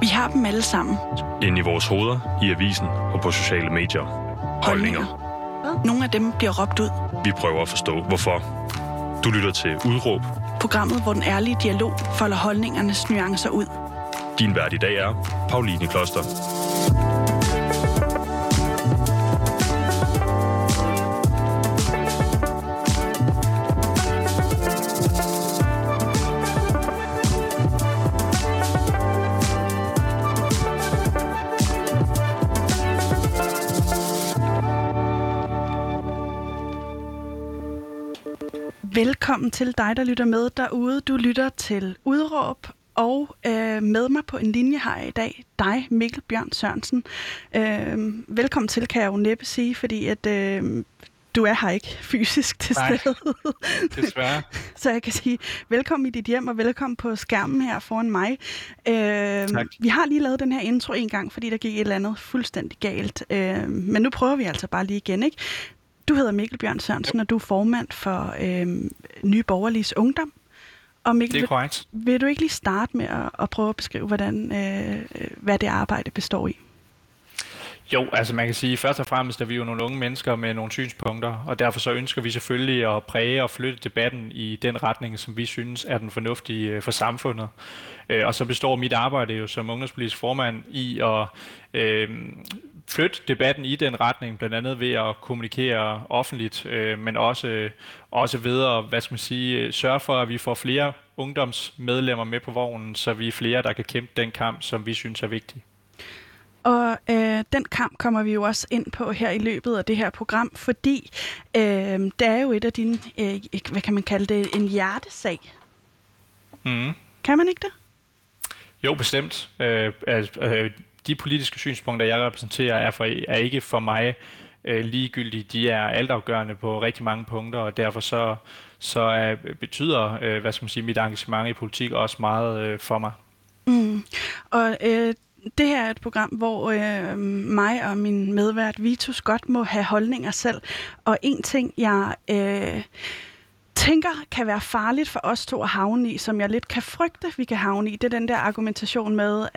Vi har dem alle sammen. Inde i vores hoveder, i avisen og på sociale medier. Holdninger. Nogle af dem bliver råbt ud. Vi prøver at forstå, hvorfor. Du lytter til Udråb. Programmet, hvor den ærlige dialog folder holdningernes nuancer ud. Din vært i dag er Pauline Kloster. Velkommen til dig, der lytter med derude. Du lytter til Udråb, og med mig på en linje har jeg i dag dig, Mikkel Bjørn Sørensen. Velkommen til, kan jeg jo næppe sige, fordi at du er her ikke fysisk til stede. Desværre. Så jeg kan sige velkommen i dit hjem, og velkommen på skærmen her foran mig. Vi har lige lavet den her intro en gang, fordi der gik et eller andet fuldstændig galt. Men nu prøver vi altså bare lige igen, ikke? Du hedder Mikkel Bjørn Sørensen, og du er formand for Nye Borgerliges Ungdom. Og Mikkel, det er korrekt. Vil du ikke lige starte med at prøve at beskrive, hvad det arbejde består i? Jo, altså man kan sige, først og fremmest er vi jo nogle unge mennesker med nogle synspunkter, og derfor så ønsker vi selvfølgelig at præge og flytte debatten i den retning, som vi synes er den fornuftige for samfundet. Og så består mit arbejde jo som ungdomspolitisk formand i at flytte debatten i den retning, blandt andet ved at kommunikere offentligt, men også ved at, sørge for, at vi får flere ungdomsmedlemmer med på vognen, så vi er flere, der kan kæmpe den kamp, som vi synes er vigtig. Og den kamp kommer vi jo også ind på her i løbet af det her program, fordi det er jo et af dine, hvad kan man kalde det, en hjertesag. Mm. Kan man ikke det? Jo, bestemt. De politiske synspunkter, jeg repræsenterer, er ikke for mig ligegyldige. De er altafgørende på rigtig mange punkter, og derfor så betyder mit engagement i politik også meget for mig. Mm. Og det her er et program, hvor mig og min medvært Vitus godt må have holdninger selv. Og en ting, jeg tænker kan være farligt for os to at havne i, som jeg lidt kan frygte, vi kan havne i, det er den der argumentation med,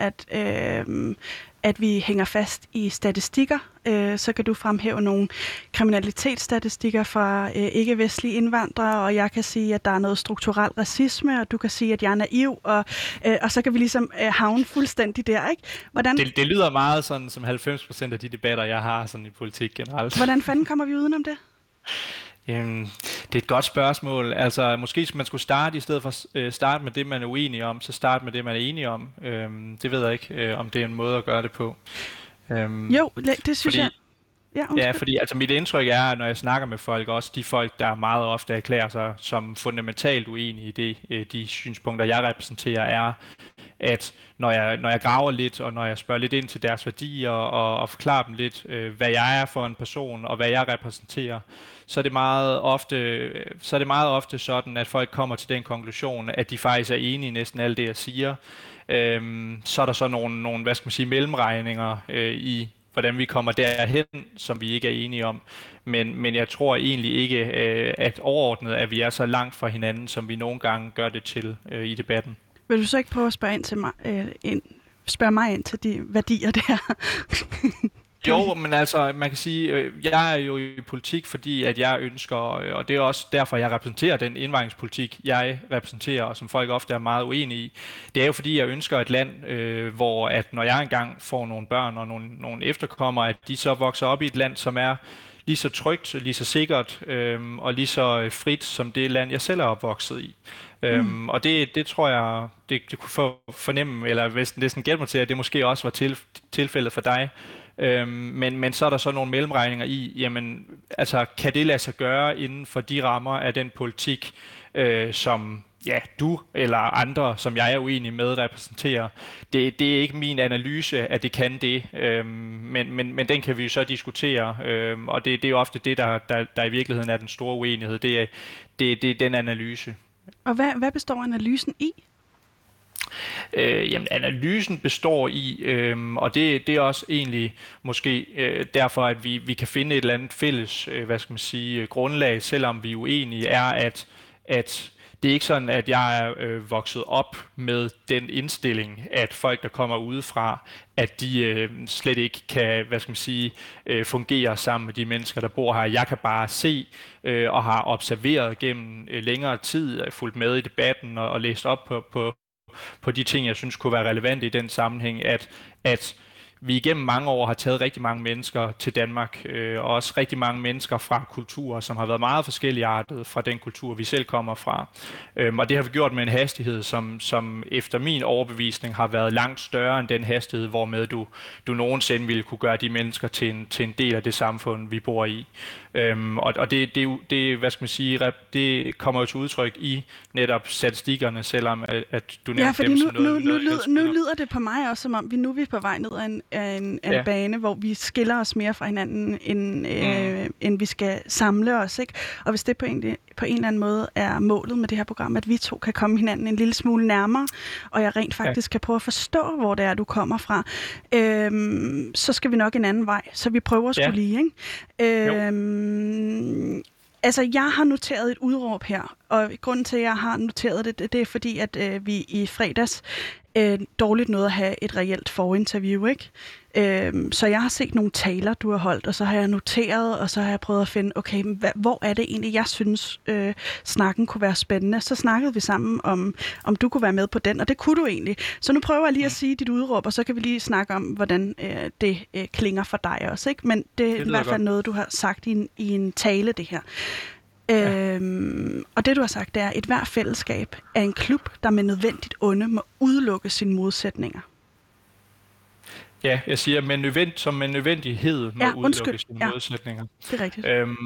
at vi hænger fast i statistikker. Så kan du fremhæve nogle kriminalitetsstatistikker fra ikke-vestlige indvandrere, og jeg kan sige, at der er noget strukturel racisme, og du kan sige, at jeg er naiv, og så kan vi ligesom havne fuldstændig der, ikke? Hvordan... Det lyder meget sådan som 90% af de debatter, jeg har sådan i politik generelt. Hvordan fanden kommer vi udenom det? Det er et godt spørgsmål. Altså, måske man skulle starte, i stedet for at starte med det, man er uenig om, så starte med det, man er enig om. Det ved jeg ikke, om det er en måde at gøre det på. Jo, det synes jeg. Ja, fordi altså, mit indtryk er, når jeg snakker med folk, også de folk, der meget ofte erklærer sig som fundamentalt uenige i det, de synspunkter, jeg repræsenterer, er, at når jeg graver lidt, og når jeg spørger lidt ind til deres værdier, og forklarer dem lidt, hvad jeg er for en person, og hvad jeg repræsenterer, så er det meget ofte sådan, at folk kommer til den konklusion, at de faktisk er enige i næsten alt det, jeg siger. Så er der så nogle mellemregninger i, hvordan vi kommer derhen, som vi ikke er enige om. Men jeg tror egentlig ikke, at overordnet, at vi er så langt fra hinanden, som vi nogle gange gør det til i debatten. Vil du så ikke prøve at spørge mig ind til de værdier der? Jo, men altså, man kan sige, jeg er jo i politik, fordi at jeg ønsker, og det er også derfor, jeg repræsenterer den indvandringspolitik, jeg repræsenterer, og som folk ofte er meget uenige i. Det er jo fordi, jeg ønsker et land, hvor at når jeg engang får nogle børn og nogle efterkommere, at de så vokser op i et land, som er lige så trygt, lige så sikkert og lige så frit, som det land, jeg selv er opvokset i. Og det tror jeg, det kunne få fornemme, eller hvis næsten gætte mig til, at det måske også var tilfældet for dig. Men så er der så nogle mellemregninger i, jamen, altså, kan det lade sig gøre inden for de rammer af den politik, som du eller andre, som jeg er uenig med, repræsenterer. Det er ikke min analyse, at det kan det, men den kan vi jo så diskutere, og det er jo ofte det, der i virkeligheden er den store uenighed. Det er den analyse. Og hvad består analysen i? Jamen, analysen består i, og det er også egentlig måske derfor, at vi kan finde et eller andet fælles, grundlag, selvom vi er uenige, er, at det er ikke sådan, at jeg er vokset op med den indstilling, at folk, der kommer udefra, at de slet ikke kan, fungere sammen med de mennesker, der bor her. Jeg kan bare se og har observeret gennem længere tid, fulgt med i debatten og læst op på de ting, jeg synes kunne være relevante i den sammenhæng, at vi igennem mange år har taget rigtig mange mennesker til Danmark, og også rigtig mange mennesker fra kulturer, som har været meget forskelligartede fra den kultur, vi selv kommer fra. Og det har vi gjort med en hastighed, som efter min overbevisning har været langt større end den hastighed, hvormed du nogensinde ville kunne gøre de mennesker til en del af det samfund, vi bor i. Og det kommer jo til udtryk i netop statistikkerne, selvom at du nævnte dem som noget. Nu lyder det på mig også, som om vi nu er på vej ned af en bane, hvor vi skiller os mere fra hinanden, end vi skal samle os, ikke? Og hvis det på en eller anden måde er målet med det her program, at vi to kan komme hinanden en lille smule nærmere, og jeg rent faktisk kan prøve at forstå, hvor det er, du kommer fra, så skal vi nok en anden vej. Så vi prøver sgu lige, ikke? Altså, jeg har noteret et udråb her, og grunden til, at jeg har noteret det er fordi, at vi i fredags dårligt nåede at have et reelt forinterview, ikke? Så jeg har set nogle taler, du har holdt, og så har jeg noteret, og så har jeg prøvet at finde, okay, hvor er det egentlig, jeg synes, snakken kunne være spændende. Så snakkede vi sammen om du kunne være med på den, og det kunne du egentlig. Så nu prøver jeg lige at sige dit udråb, og så kan vi lige snakke om, hvordan det klinger for dig også, ikke? Men det er i hvert fald noget, du har sagt i en tale, det her. Og det, du har sagt, det er, at et hvert fællesskab er en klub, der med nødvendigt onde må udelukke sine modsætninger. Ja, jeg siger, som med nødvendighed må udelukke sine modsætninger. Det er rigtigt.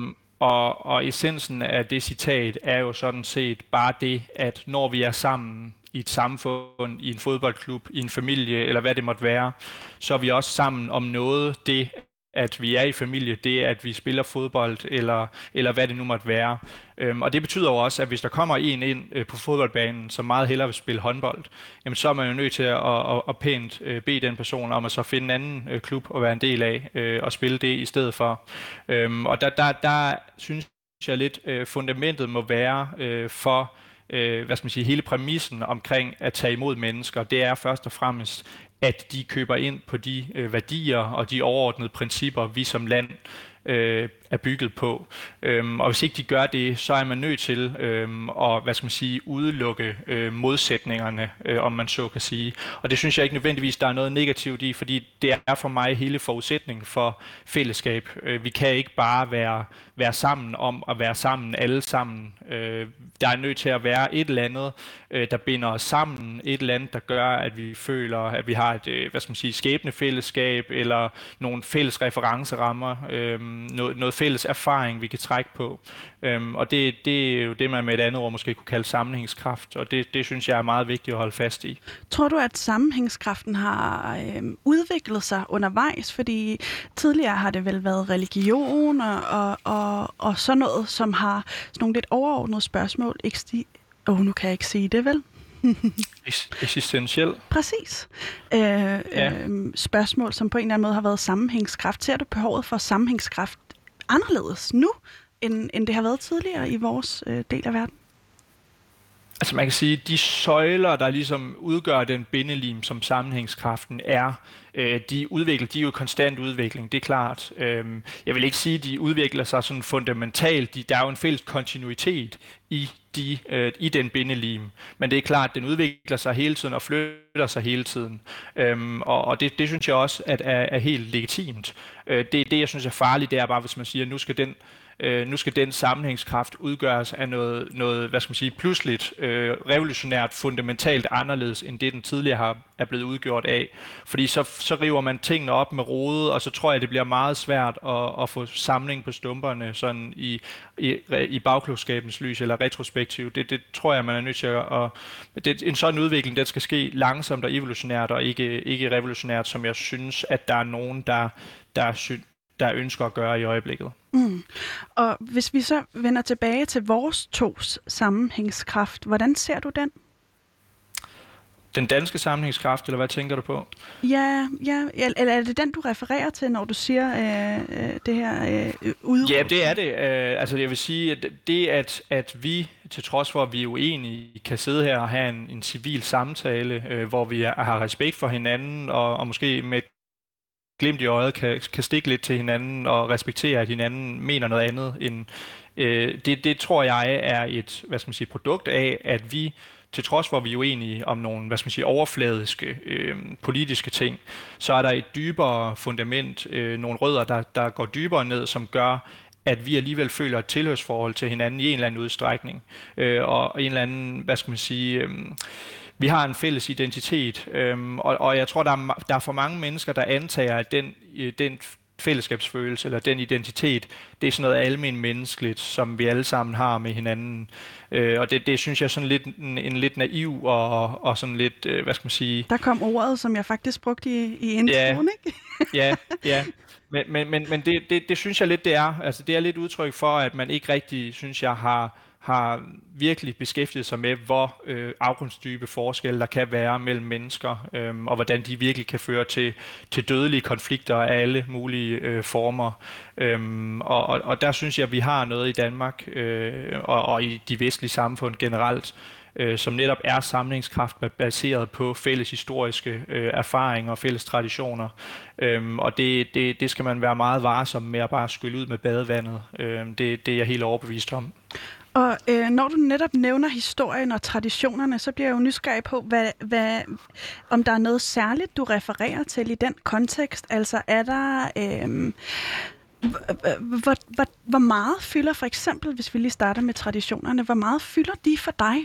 Og essensen af det citat er jo sådan set bare det, at når vi er sammen i et samfund, i en fodboldklub, i en familie, eller hvad det måtte være, så er vi også sammen om noget. Det, at vi er i familie, det at vi spiller fodbold, eller hvad det nu måtte være. Og det betyder jo også, at hvis der kommer en ind på fodboldbanen, som meget hellere vil spille håndbold, jamen så er man jo nødt til at pænt bede den person om at så finde en anden klub at være en del af, og spille det i stedet for. Og der synes jeg lidt, fundamentet må være for hele præmissen omkring at tage imod mennesker, det er først og fremmest, at de køber ind på de værdier og de overordnede principper, vi som land er bygget på. Og hvis ikke de gør det, så er man nødt til at udelukke modsætningerne, om man så kan sige. Og det synes jeg ikke nødvendigvis, der er noget negativt i, fordi det er for mig hele forudsætningen for fællesskab. Vi kan ikke bare være sammen om at være sammen alle sammen. Der er nødt til at være et eller andet, der binder os sammen, et eller andet, der gør, at vi føler, at vi har et skæbnefællesskab, eller nogle fælles referencerammer, noget fælles erfaring, vi kan trække på. Og det er jo det, man med et andet ord måske kunne kalde sammenhængskraft, og det synes jeg er meget vigtigt at holde fast i. Tror du, at sammenhængskraften har udviklet sig undervejs? Fordi tidligere har det vel været religion og sådan noget, som har sådan nogle lidt overordnede spørgsmål. Nu kan jeg ikke sige det, vel? Eksistentiel. Præcis. Spørgsmål, som på en eller anden måde har været sammenhængskraft. Ser du behovet for sammenhængskraft anderledes nu, end det har været tidligere i vores del af verden? Altså man kan sige, at de søjler, der ligesom udgør den bindelim, som sammenhængskraften er, de er jo konstant udvikling, det er klart. Jeg vil ikke sige, at de udvikler sig sådan fundamentalt. Der er jo en fælles kontinuitet i den bindelim, men det er klart, at den udvikler sig hele tiden og flytter sig hele tiden. Og det synes jeg også at er helt legitimt. Det jeg synes er farligt, det er bare, hvis man siger, at nu skal den sammenhængskraft udgøres af noget pludseligt, revolutionært, fundamentalt anderledes, end det den tidligere er blevet udgjort af. Fordi så river man tingene op med rode, og så tror jeg, det bliver meget svært at få samling på stumperne sådan i bagklogskabens lys eller retrospektivt. Det tror jeg, man er nødt til en sådan udvikling, den skal ske langsomt og evolutionært, og ikke revolutionært, som jeg synes, at der er nogen, der ønsker at gøre i øjeblikket. Og hvis vi så vender tilbage til vores tos sammenhængskraft, hvordan ser du den? Den danske sammenhængskraft, eller hvad tænker du på? Ja, eller er det den, du refererer til, når du siger det her udråb? Ja, det er det. Altså jeg vil sige, at det, at vi, til trods for, at vi er uenige, kan sidde her og have en civil samtale, hvor vi har respekt for hinanden, og måske med glimt i øjet kan stikke lidt til hinanden og respektere, at hinanden mener noget andet end det tror jeg er et, hvad skal man sige, produkt af, at vi, til trods for, at vi er uenige om nogle, hvad skal man sige, overfladiske politiske ting, så er der et dybere fundament, nogle rødder, der går dybere ned, som gør, at vi alligevel føler et tilhørsforhold til hinanden i en eller anden udstrækning, og en eller anden, hvad skal man sige, vi har en fælles identitet, og jeg tror, der er for mange mennesker, der antager, at den fællesskabsfølelse eller den identitet, det er sådan noget almen menneskeligt, som vi alle sammen har med hinanden. Og det synes jeg er sådan lidt en lidt naiv og sådan lidt, hvad skal man sige... Der kom ordet, som jeg faktisk brugte i introen, ikke? Ja. Men det synes jeg lidt, det er. Altså det er lidt udtryk for, at man ikke rigtig, synes jeg, har virkelig beskæftiget sig med, hvor afgrundsdybe forskelle der kan være mellem mennesker, og hvordan de virkelig kan føre til dødelige konflikter af alle mulige former. Og der synes jeg, at vi har noget i Danmark og i de vestlige samfund generelt, som netop er samlingskraft baseret på fælles historiske erfaringer og fælles traditioner. Og det skal man være meget varsom med at bare skylle ud med badevandet. Det er jeg helt overbevist om. Og når du netop nævner historien og traditionerne, så bliver jeg jo nysgerrig på, om der er noget særligt, du refererer til i den kontekst. Altså er der... Hvor meget fylder for eksempel, hvis vi lige starter med traditionerne, hvor meget fylder de for dig?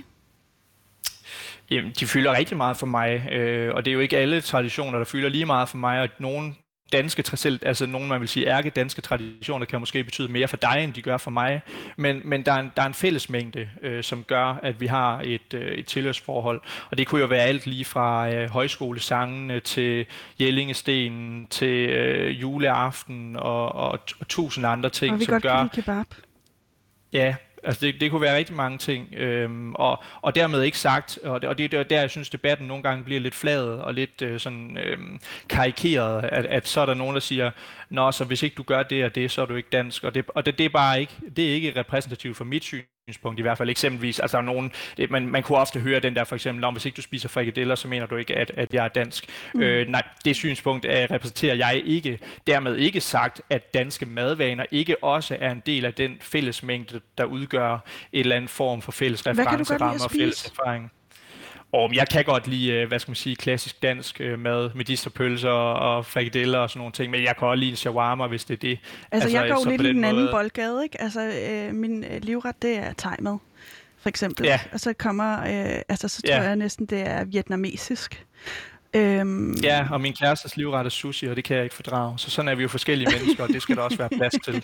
Jamen, de fylder rigtig meget for mig, og det er jo ikke alle traditioner, der fylder lige meget for mig, og nogle danske, altså nogen man vil sige ærkedanske traditioner kan måske betyde mere for dig, end de gør for mig, men der er en fællesmængde, som gør, at vi har et tilhørsforhold, og det kunne jo være alt lige fra højskolesangene til Jellingestenen til juleaften og tusind andre ting, og vi som godt gør... kan lide kebab. Ja, altså det kunne være rigtig mange ting, og dermed ikke sagt, og det er der, jeg synes, debatten nogle gange bliver lidt flad og lidt sådan karikeret, at så er der nogen, der siger, nå, så hvis ikke du gør det og det, så er du ikke dansk, og det er bare ikke, det er ikke repræsentativt for mit synspunkt i hvert fald. Eksempelvis, altså nogen, man kunne ofte høre den der for eksempel, om hvis ikke du spiser frikadeller, så mener du ikke, at jeg er dansk. Nej, det synspunkt repræsenterer jeg ikke. Dermed ikke sagt, at danske madvaner ikke også er en del af den fællesmængde, der udgør et eller andet form for fælles referenceramme og fælles erfaring. Og jeg kan godt lide, hvad skal man sige, klassisk dansk mad, medisterpølser og frikadeller og sådan nogle ting, men jeg kan også lide en shawarma, hvis det er det. Altså jeg går lidt i den anden boldgade, ikke? Altså min livret, det er thai-mad, for eksempel. Ja. Og så kommer, så tror jeg næsten, det er vietnamesisk. Ja, og min kærestes livret er sushi, og det kan jeg ikke fordrage. Så sådan er vi jo forskellige mennesker, og det skal der også være plads til.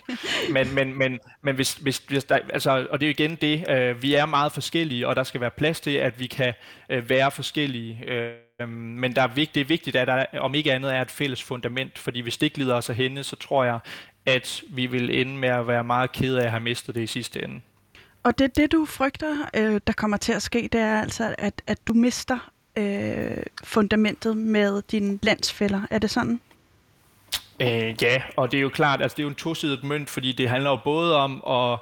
Men hvis der, altså, og det er jo igen det, vi er meget forskellige, og der skal være plads til, at vi kan være forskellige. Men det er vigtigt, at der om ikke andet er et fælles fundament, fordi hvis det ikke glider os af hende, så tror jeg, at vi vil ende med at være meget kede af at have mistet det i sidste ende. Og det du frygter, der kommer til at ske, det er altså, at du mister fundamentet med dine landsfæller. Er det sådan? Ja, og det er jo klart, altså det er jo en tosidet mønt, fordi det handler jo både om at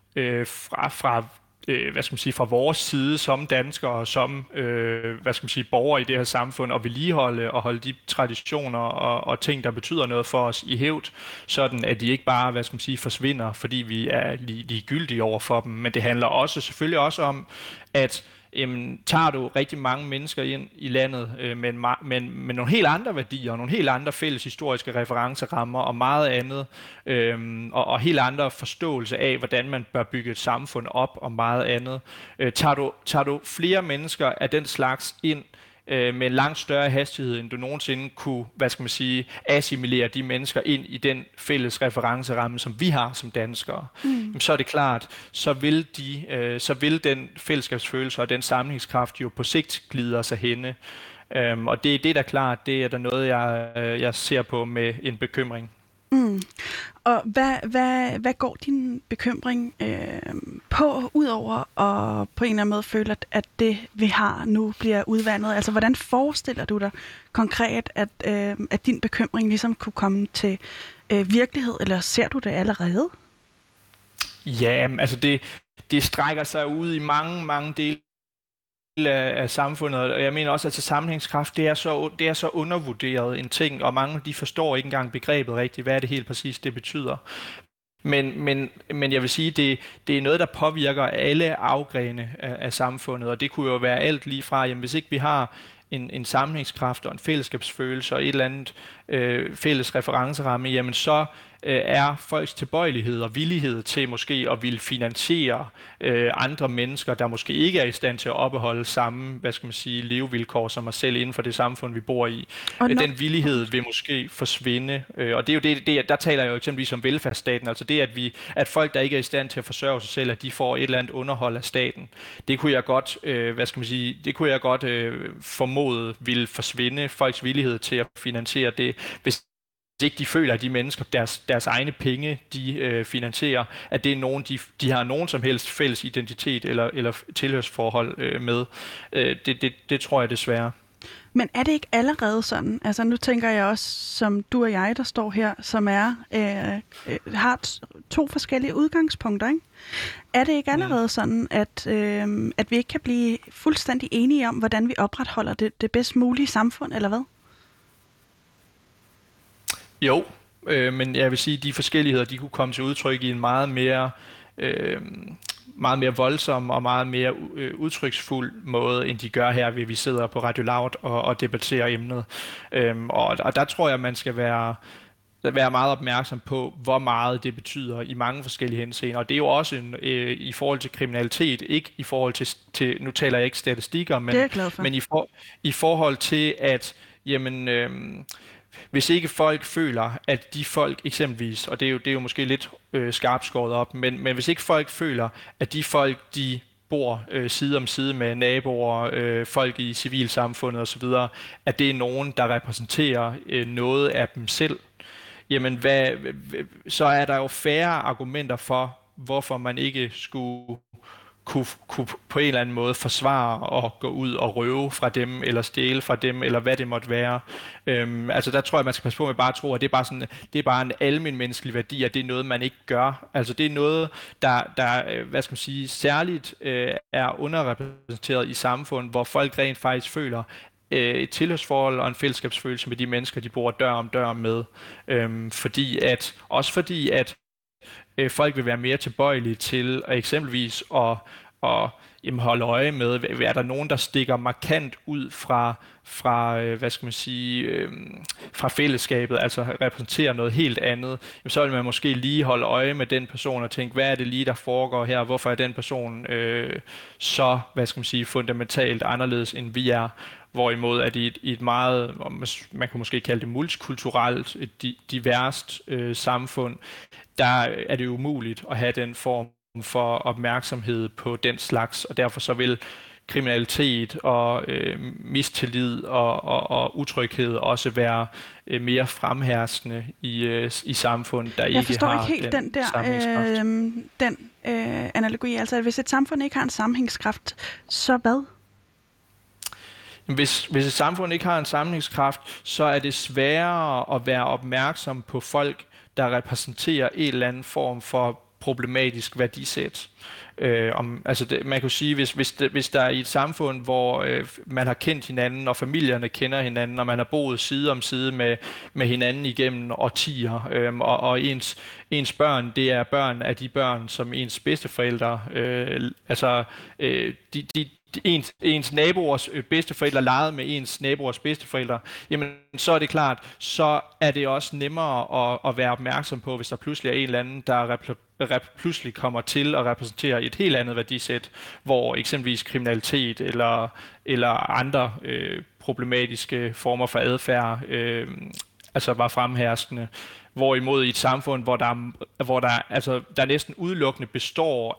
hvad skal man sige, fra vores side som danskere og som hvad skal man sige, borgere i det her samfund og vedligeholde og holde de traditioner og ting, der betyder noget for os i hævd, sådan at de ikke bare, hvad skal man sige, forsvinder, fordi vi er ligegyldige over for dem. Men det handler selvfølgelig også om, at tager du rigtig mange mennesker ind i landet med nogle helt andre værdier og nogle helt andre fælles historiske referencerammer og meget andet, og helt andre forståelse af, hvordan man bør bygge et samfund op og meget andet. Tager du flere mennesker af den slags ind med en langt større hastighed, end du nogensinde kunne, hvad skal man sige, assimilere de mennesker ind i den fælles referenceramme, som vi har som danskere, så er det klart, så vil den fællesskabsfølelse og den samlingskraft jo på sigt glide os af hende. Og det er det, der er klart, det er der noget, jeg ser på med en bekymring. Og hvad går din bekymring på, udover at på en eller anden måde føle, at det, vi har nu, bliver udvandet? Altså, hvordan forestiller du dig konkret, at din bekymring ligesom kunne komme til virkelighed, eller ser du det allerede? Ja, altså det strækker sig ud i mange dele af samfundet, og jeg mener også, at sammenhængskraft, det er så undervurderet en ting, og mange de forstår ikke engang begrebet rigtigt, hvad er det helt præcis, det betyder. Men jeg vil sige, det er noget, der påvirker alle afgrene af samfundet, og det kunne jo være alt lige fra, jamen hvis ikke vi har en sammenhængskraft og en fællesskabsfølelse og et eller andet fælles referenceramme, jamen så er folks tilbøjelighed og villighed til måske at ville finansiere andre mennesker, der måske ikke er i stand til at opretholde samme, levevilkår som os selv inden for det samfund, vi bor i. Den villighed vil måske forsvinde, og det er jo det, der taler jeg jo eksempelvis om velfærdsstaten, altså det, at folk, der ikke er i stand til at forsørge sig selv, at de får et eller andet underhold af staten. Det kunne jeg godt, formode ville forsvinde, folks villighed til at finansiere det, hvis ikke de føler, at de mennesker, deres egne penge, de finansierer, at det er nogen, de har nogen som helst fælles identitet eller tilhørsforhold med. Det tror jeg desværre. Men er det ikke allerede sådan? Altså nu tænker jeg også, som du og jeg, der står her, som har to forskellige udgangspunkter, ikke? Er det ikke allerede sådan, at vi ikke kan blive fuldstændig enige om, hvordan vi opretholder det bedst mulige samfund, eller hvad? Jo, men jeg vil sige, at de forskelligheder, de kunne komme til udtryk i en meget mere voldsom og meget mere udtryksfuld måde, end de gør her, ved vi sidder på Radio Loud og debatterer emnet. Og der tror jeg, man skal være meget opmærksom på, hvor meget det betyder i mange forskellige henseender. Og det er jo også i forhold til kriminalitet, ikke i forhold til nu taler jeg ikke statistikker, men i forhold til, at hvis ikke folk føler, at de folk eksempelvis, og det er jo måske lidt skarpt skåret op, men hvis ikke folk føler, at de folk, de bor side om side med naboer, folk i civilsamfundet osv., at det er nogen, der repræsenterer noget af dem selv, jamen så er der jo færre argumenter for, hvorfor man ikke skulle kunne på en eller anden måde forsvare og gå ud og røve fra dem, eller stjæle fra dem, eller hvad det måtte være. Altså der tror jeg, man skal passe på med bare at tro, at det er bare en almen menneskelig værdi, at det er noget, man ikke gør. Altså det er noget, der særligt er underrepræsenteret i samfund, hvor folk rent faktisk føler et tilhørsforhold og en fællesskabsfølelse med de mennesker, de bor dør om dør med. Fordi at folk vil være mere tilbøjelige til eksempelvis at holde øje med, er der nogen, der stikker markant ud fra fællesskabet, altså repræsenterer noget helt andet, så vil man måske lige holde øje med den person og tænke, hvad er det lige, der foregår her? Hvorfor er den person så fundamentalt anderledes, end vi er? Hvorimod at i et meget, man kan måske kalde det multikulturelt, diverst samfund, der er det umuligt at have den form for opmærksomhed på den slags, og derfor så vil kriminalitet og mistillid og utryghed også være mere fremherskende i samfund, der ikke har den sammenhængskraft. Jeg forstår ikke helt den analogi, altså at hvis et samfund ikke har en sammenhængskraft, så hvad? Hvis et samfund ikke har en sammenhængskraft, så er det sværere at være opmærksom på folk, der repræsenterer en eller anden form for problematisk værdisæt. Man kan sige, hvis der er i et samfund, hvor man har kendt hinanden, og familierne kender hinanden, og man har boet side om side med hinanden igennem årtier, og ens børn, det er børn af de børn, som ens bedsteforældre, ens naboers bedsteforældre legede med ens naboers bedsteforældre, jamen så er det klart, så er det også nemmere at være opmærksom på, hvis der pludselig er en eller anden, der pludselig kommer til at repræsentere et helt andet værdisæt, hvor eksempelvis kriminalitet eller andre problematiske former for adfærd var fremherskende. Hvorimod i et samfund, hvor der næsten udelukkende består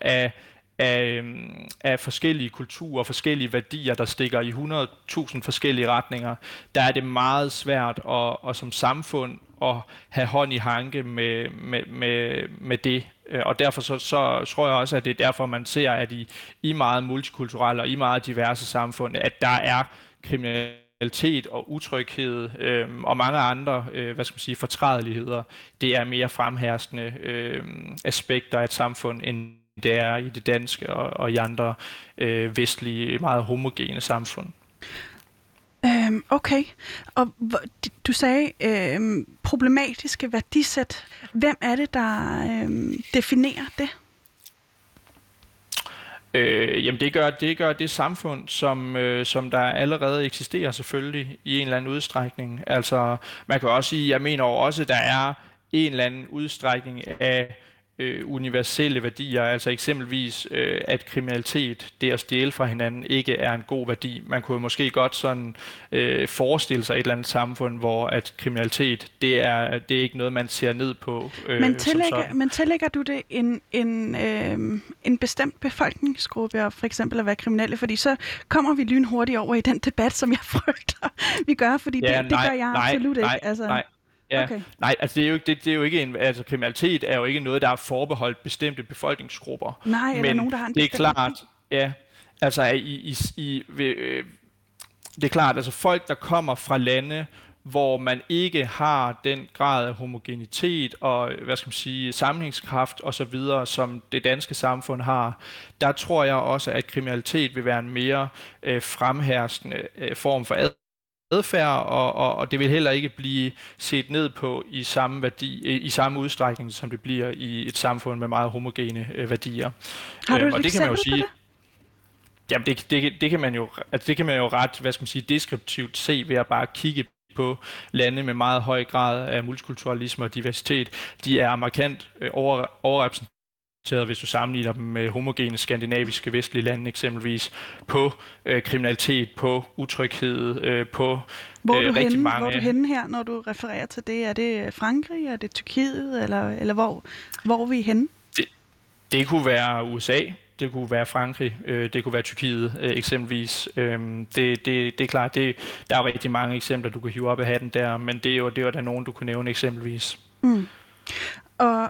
af forskellige kulturer og forskellige værdier, der stikker i 100.000 forskellige retninger, der er det meget svært at som samfund at have hånd i hanke med det. Og derfor så tror jeg også, at det er derfor, man ser, at i meget multikulturelle og i meget diverse samfund, at der er kriminalitet og utryghed og mange andre fortrædeligheder. Det er mere fremherskende aspekter af et samfund, end det er i det danske og i andre vestlige, meget homogene samfund. Okay, og du sagde problematiske værdisæt. Hvem er det, der definerer det? Jamen det gør det samfund, som der allerede eksisterer selvfølgelig i en eller anden udstrækning. Altså man kan også sige, jeg mener også, at der er en eller anden udstrækning af universelle værdier, altså eksempelvis at kriminalitet, det at stjæle fra hinanden, ikke er en god værdi. Man kunne måske godt sådan forestille sig et eller andet samfund, hvor at kriminalitet, det er ikke noget, man ser ned på. Men tillægger du det en bestemt befolkningsgruppe, og for eksempel at være kriminelle? Fordi så kommer vi lynhurtigt over i den debat, som jeg frygter, vi gør, fordi det gør jeg absolut ikke. Altså. Ja, okay. Nej, altså det er jo ikke altså kriminalitet er jo ikke noget, der er forbeholdt bestemte befolkningsgrupper. Nej, eller nogen, der har en det er klart, ja, altså det er klart, altså folk, der kommer fra lande, hvor man ikke har den grad af homogenitet og sammenhængskraft og så videre, som det danske samfund har, der tror jeg også, at kriminalitet vil være en mere fremherskende form for adfærd, og det vil heller ikke blive set ned på i samme udstrækning, som det bliver i et samfund med meget homogene værdier. Har du et eksempel på det? Jamen det kan man jo ret, deskriptivt se ved at bare kigge på lande med meget høj grad af multikulturalisme og diversitet. De er markant overrepræsenteret, hvis du sammenligner dem med homogene skandinaviske vestlige lande eksempelvis, på kriminalitet, på utryghed, på rigtig mange... Hvor er du henne her, når du refererer til det? Er det Frankrig, er det Tyrkiet, eller hvor er vi henne? Det kunne være USA, det kunne være Frankrig, det kunne være Tyrkiet eksempelvis. Det er klart, der er rigtig mange eksempler, du kan hive op af hatten der, men det er jo der nogen, du kunne nævne eksempelvis. Mm. Og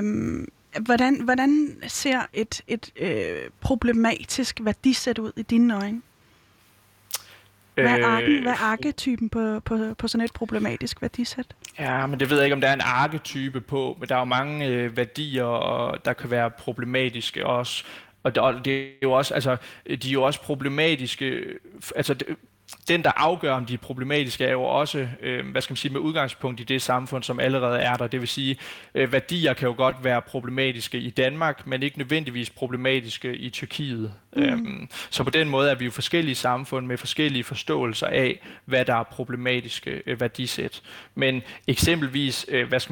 hvordan ser et problematisk værdisæt ud i dine øjne? Hvad er arketypen på sådan et problematisk værdisæt? Ja, men det ved jeg ikke, om der er en arketype på, men der er jo mange værdier, der kan være problematiske også. Og det er jo også, altså, de er jo også problematiske, altså den, der afgør, om de er problematiske, er jo også, med udgangspunkt i det samfund, som allerede er der. Det vil sige, værdier kan jo godt være problematiske i Danmark, men ikke nødvendigvis problematiske i Tyrkiet. Så på den måde er vi jo forskellige samfund med forskellige forståelser af, hvad der er problematiske værdisæt. Men eksempelvis,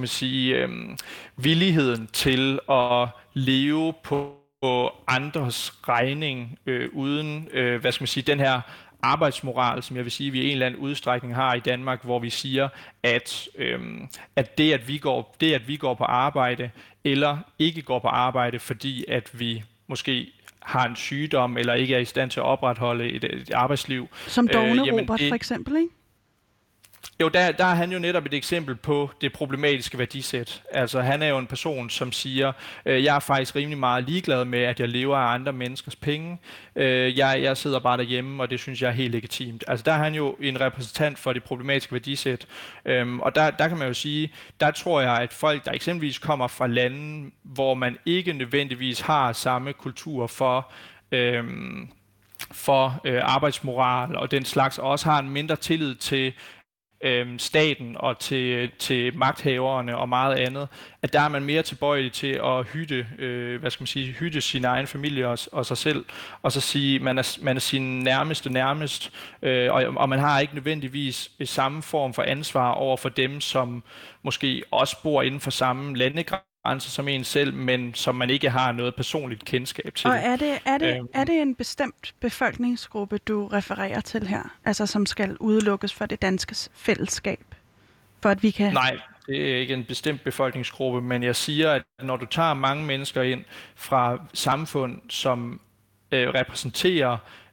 villigheden til at leve på andres regning, uden, den her arbejdsmoral, som jeg vil sige, vi i en eller anden udstrækning har i Danmark, hvor vi siger, at det, at vi går på arbejde, eller ikke går på arbejde, fordi at vi måske har en sygdom, eller ikke er i stand til at opretholde et arbejdsliv. Som Dovne Robert for eksempel, ikke? Jo, der er han jo netop et eksempel på det problematiske værdisæt. Altså, han er jo en person, som siger, jeg er faktisk rimelig meget ligeglad med, at jeg lever af andre menneskers penge. Jeg sidder bare derhjemme, og det synes jeg er helt legitimt. Altså, der er han jo en repræsentant for det problematiske værdisæt. Og der kan man jo sige, der tror jeg, at folk, der eksempelvis kommer fra lande, hvor man ikke nødvendigvis har samme kultur for arbejdsmoral og den slags, og også har en mindre tillid til staten og til magthaverne og meget andet, at der er man mere tilbøjelig til at hytte sin egen familie og sig selv, og så sige, man er sin nærmest, og man har ikke nødvendigvis samme form for ansvar over for dem, som måske også bor inden for samme landegrænser som en selv, men som man ikke har noget personligt kendskab til. Og er det en bestemt befolkningsgruppe, du refererer til her? Altså som skal udelukkes fra det danske fællesskab? For at vi kan... Nej, det er ikke en bestemt befolkningsgruppe, men jeg siger, at når du tager mange mennesker ind fra samfund, som repræsenterer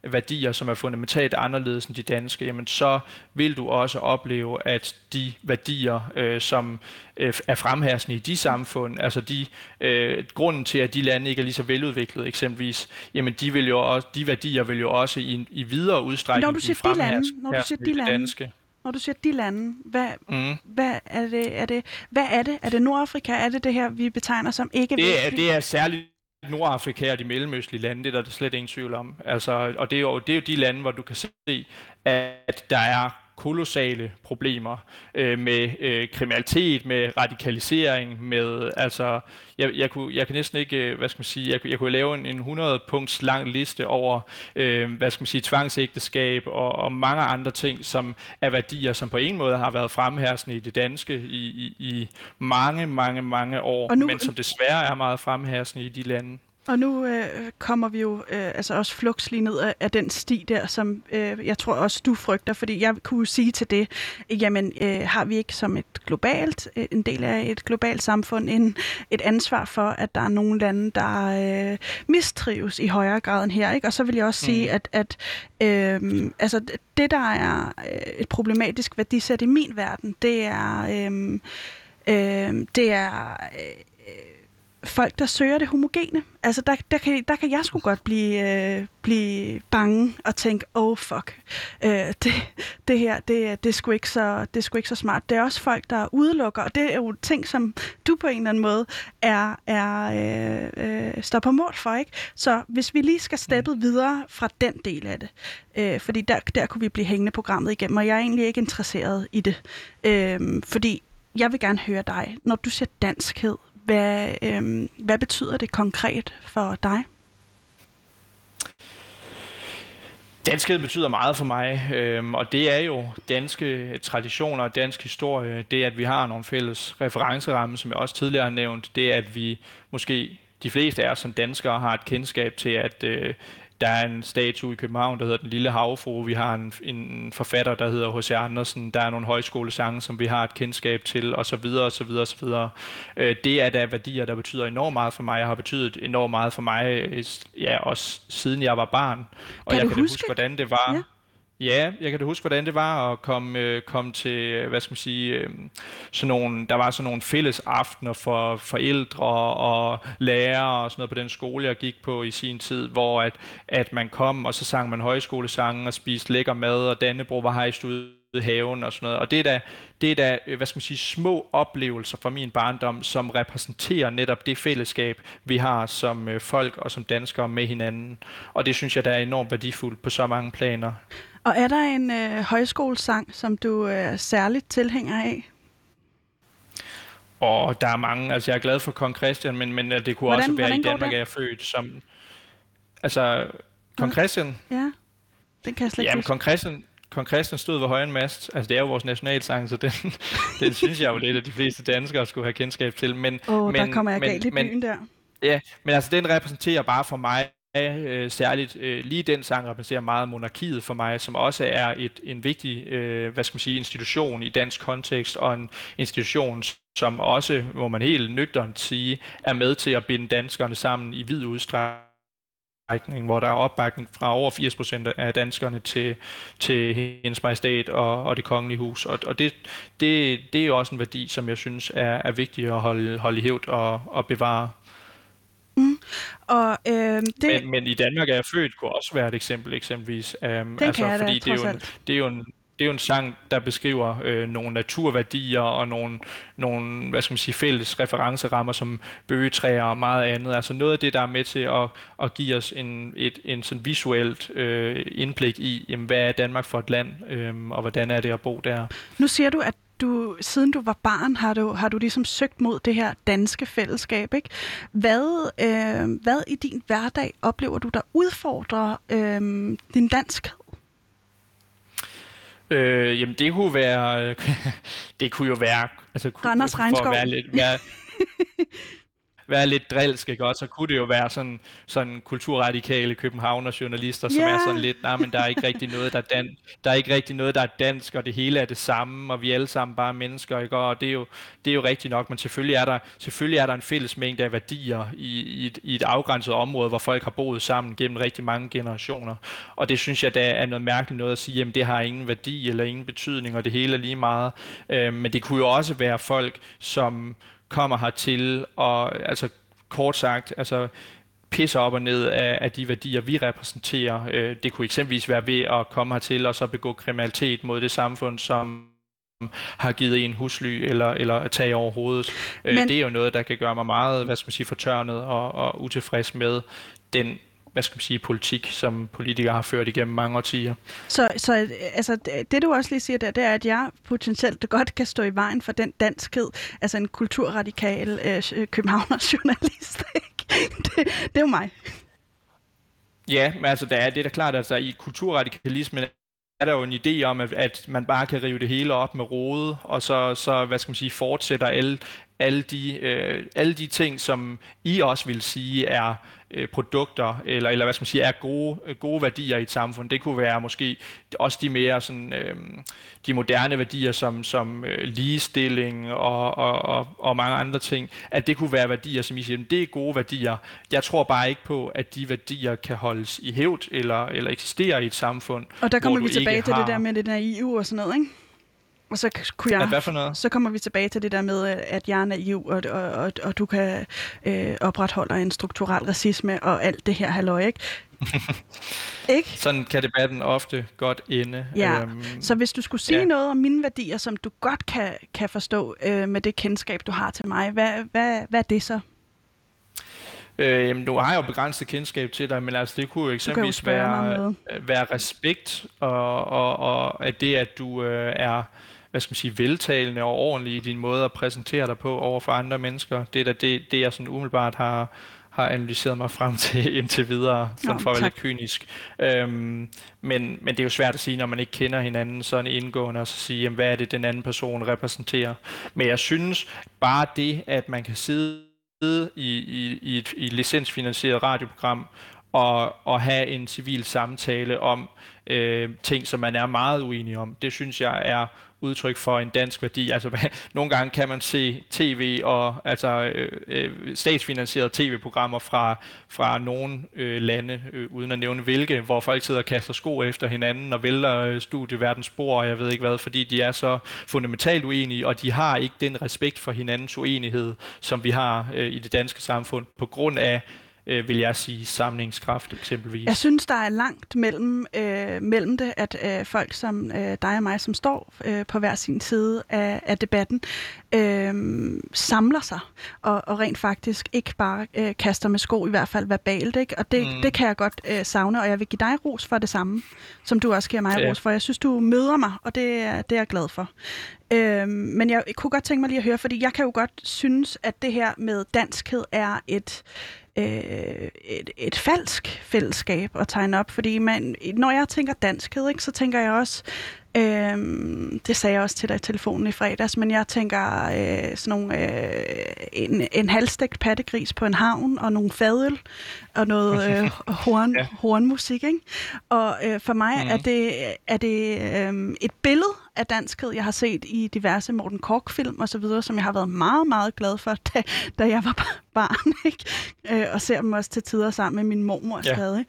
værdier, som er fundamentalt anderledes end de danske, jamen så vil du også opleve, at de værdier, som er fremherskende i de samfund, altså grunden til, at de lande ikke er lige så veludviklede eksempelvis, jamen de værdier vil jo også i videre udstrækning blive fremherskende i det danske. Når du siger de lande, hvad er det? Hvad er det? Er det Nordafrika? Er det her, vi betegner som ikke-vestligt? Det er særligt Nordafrika og de mellemøstlige lande, det er der slet ingen tvivl om. Altså, og det er jo de lande, hvor du kan se, at der er kolossale problemer med kriminalitet, med radikalisering, med altså jeg kan næsten ikke, hvad skal man sige, jeg kunne lave en 100-punkts lang liste over hvad skal man sige, tvangsægteskab og mange andre ting, som er værdier, som på en måde har været fremherskende i det danske i mange år, men som desværre er meget fremherskende i de lande. Og nu kommer vi jo altså også flux lige ned af den sti der, som jeg tror også du frygter, fordi jeg kunne sige til det, jamen har vi ikke som en del af et globalt samfund et ansvar for, at der er nogle lande, der mistrives i højere grad end her, ikke? Og så vil jeg også sige, at altså det, der er et problematisk værdisæt i min verden, det er folk, der søger det homogene. Altså, der kan jeg sgu godt blive bange og tænke, fuck, det her, det er sgu ikke så smart. Det er også folk, der udelukker, og det er jo ting, som du på en eller anden måde står på mål for, ikke? Så hvis vi lige skal steppe videre fra den del af det, fordi der kunne vi blive hængende programmet igennem, og jeg er egentlig ikke interesseret i det, fordi jeg vil gerne høre dig, når du siger danskhed. Hvad betyder det konkret for dig? Danskhed betyder meget for mig, og det er jo danske traditioner og dansk historie. Det, at vi har nogle fælles referenceramme, som jeg også tidligere har nævnt. Det, at vi måske, de fleste af os som danskere, har et kendskab til, at der er en statue i København, der hedder Den Lille Havfrue. Vi har en forfatter, der hedder H.C. Andersen. Der er nogle højskolesange, som vi har et kendskab til, og så videre, og så videre, og så videre. Det er der værdier, der betyder enormt meget for mig. Jeg har betydet enormt meget for mig, ja, også siden jeg var barn. Og jeg kan huske, hvordan det var. Ja. Ja, jeg kan da huske, hvordan det var at komme til, hvad skal man sige, der var sådan nogle fælles aftener for forældre og lærere og sådan noget på den skole, jeg gik på i sin tid, hvor at man kom, og så sang man højskolesange og spiste lækker mad, og Dannebrog var hejst ud i haven og sådan noget. Og det er da, hvad skal man sige, små oplevelser fra min barndom, som repræsenterer netop det fællesskab, vi har som folk og som danskere med hinanden. Og det synes jeg, der er enormt værdifuldt på så mange planer. Og er der en højskolesang, som du er særligt tilhænger af? Og der er mange. Altså, jeg er glad for Kong Christian, men det kunne også være i Danmark, jeg er født som. Altså, Kong Christian? Ja, det kan jeg slet ikke huske. Kong Christian stod ved højen mast. Altså, det er jo vores nationalsang, så den synes jeg jo lidt, at de fleste danskere skulle have kendskab til. Der kommer jeg galt i byen der. Ja, men altså, den repræsenterer bare for mig særligt lige den sang repræsenterer meget monarkiet for mig, som også er en vigtig, hvad skal man sige, institution i dansk kontekst, og en institution, som også, må man helt nøgternt sige, er med til at binde danskerne sammen i vid udstrækning, hvor der er opbakning fra over 80% af danskerne til hendes majestæt og det kongelige hus. Og det er jo også en værdi, som jeg synes er vigtig at holde i hævd og bevare. Og, men i Danmark er jeg født kunne også være et eksempel, eksempelvis. Altså, fordi det er jo en sang, der beskriver nogle naturværdier og nogle hvad skal man sige, fælles referencerammer som bøgetræer og meget andet. Altså noget af det, der er med til at give os en sådan visuelt indblik i, jamen, hvad er Danmark for et land, og hvordan er det at bo der. Nu siger du, at siden du var barn, har du ligesom søgt mod det her danske fællesskab, ikke? Hvad i din hverdag oplever du, der udfordrer din danskhed? Jamen det kunne være, det kunne jo være, altså Randers Regnskov. være lidt drilsk, ikke også? Så kunne det jo være sådan kulturradikale københavner-journalister, som er sådan lidt, nej, men der er ikke rigtig noget, der er ikke rigtig noget, der er dansk, og det hele er det samme, og vi er alle sammen bare mennesker, ikke? Og det er jo rigtigt nok, men selvfølgelig er der en fælles mængde af værdier i et afgrænset område, hvor folk har boet sammen gennem rigtig mange generationer. Og det synes jeg, der er noget mærkeligt noget at sige, jamen det har ingen værdi eller ingen betydning, og det hele er lige meget. Men det kunne jo også være folk, som kommer hertil og altså kort sagt, altså pisser op og ned af de værdier, vi repræsenterer. Det kunne eksempelvis være ved at komme hertil og så begå kriminalitet mod det samfund, som har givet en husly eller tage over hovedet. Det er jo noget, der kan gøre mig meget, hvad skal man sige, fortørnet og utilfreds med den, hvad skal man sige, politik, som politikere har ført igennem mange årtier. Så altså, det du også lige siger der, det er, at jeg potentielt godt kan stå i vejen for den danskhed, altså en kulturradikal københavner-journalist. Det er jo mig. Ja, men altså, det er da klart, altså i kulturradikalismen er der jo en idé om, at man bare kan rive det hele op med rode, og så hvad skal man sige, fortsætter alle de ting, som I også vil sige er produkter, eller hvad skal man sige, er gode værdier i et samfund. Det kunne være måske også de mere sådan, de moderne værdier, som ligestilling og mange andre ting, at det kunne være værdier, som I siger, det er gode værdier. Jeg tror bare ikke på, at de værdier kan holdes i hævd, eller eksistere i et samfund. Og der kommer vi tilbage til det der med det naive og sådan noget, ikke? Og så så kommer vi tilbage til det der med, at jeg er naiv, og du kan opretholde en strukturel racisme og alt det her halløj, ikke? Ikke? Sådan kan debatten ofte godt ende. Ja. Så hvis du skulle sige noget om mine værdier, som du godt kan forstå med det kendskab, du har til mig, hvad er det så? Nu har jeg jo begrænset kendskab til dig, men altså det kunne jo eksempelvis være respekt, og at det, at du er, hvad skal man sige, veltalende og ordentlig i din måde at præsentere dig på over for andre mennesker. Det er det jeg sådan umiddelbart har analyseret mig frem til indtil videre, sådan for at være lidt kynisk. Men det er jo svært at sige, når man ikke kender hinanden sådan indgående, og så sige, jamen, hvad er det, den anden person repræsenterer. Men jeg synes bare det, at man kan sidde i et licensfinansieret radioprogram og have en civil samtale om ting, som man er meget uenig om, det synes jeg er udtryk for en dansk værdi. Altså nogle gange kan man se tv og statsfinansierede tv-programmer fra nogle lande, uden at nævne hvilke, hvor folk sidder og kaster sko efter hinanden og vælter studieverdens spor, og jeg ved ikke hvad, fordi de er så fundamentalt uenige, og de har ikke den respekt for hinandens uenighed, som vi har i det danske samfund, på grund af vil jeg sige, samlingskraft eksempelvis. Jeg synes, der er langt mellem det, at folk som dig og mig, som står på hver sin side af debatten, samler sig og rent faktisk ikke bare kaster med sko, i hvert fald verbalt, ikke? Og det kan jeg godt savne, og jeg vil give dig ros for det samme, som du også giver mig ros for. Jeg synes, du møder mig, og det er jeg glad for. Men jeg kunne godt tænke mig lige at høre, fordi jeg kan jo godt synes, at det her med danskhed er et falsk fællesskab at tegne op, fordi når jeg tænker danskhed, ikke, så tænker jeg også, det sagde jeg også til dig i telefonen i fredags, men jeg tænker sådan nogle, en halvstegt pattegris på en havn, og nogle fadøl, og noget hornmusik, ikke? Og for mig er det et billede af danskhed, jeg har set i diverse Morten Korch-film og så videre, som jeg har været meget, meget glad for, da jeg var barn, ikke? Og ser dem også til tider sammen med min mormor stadig.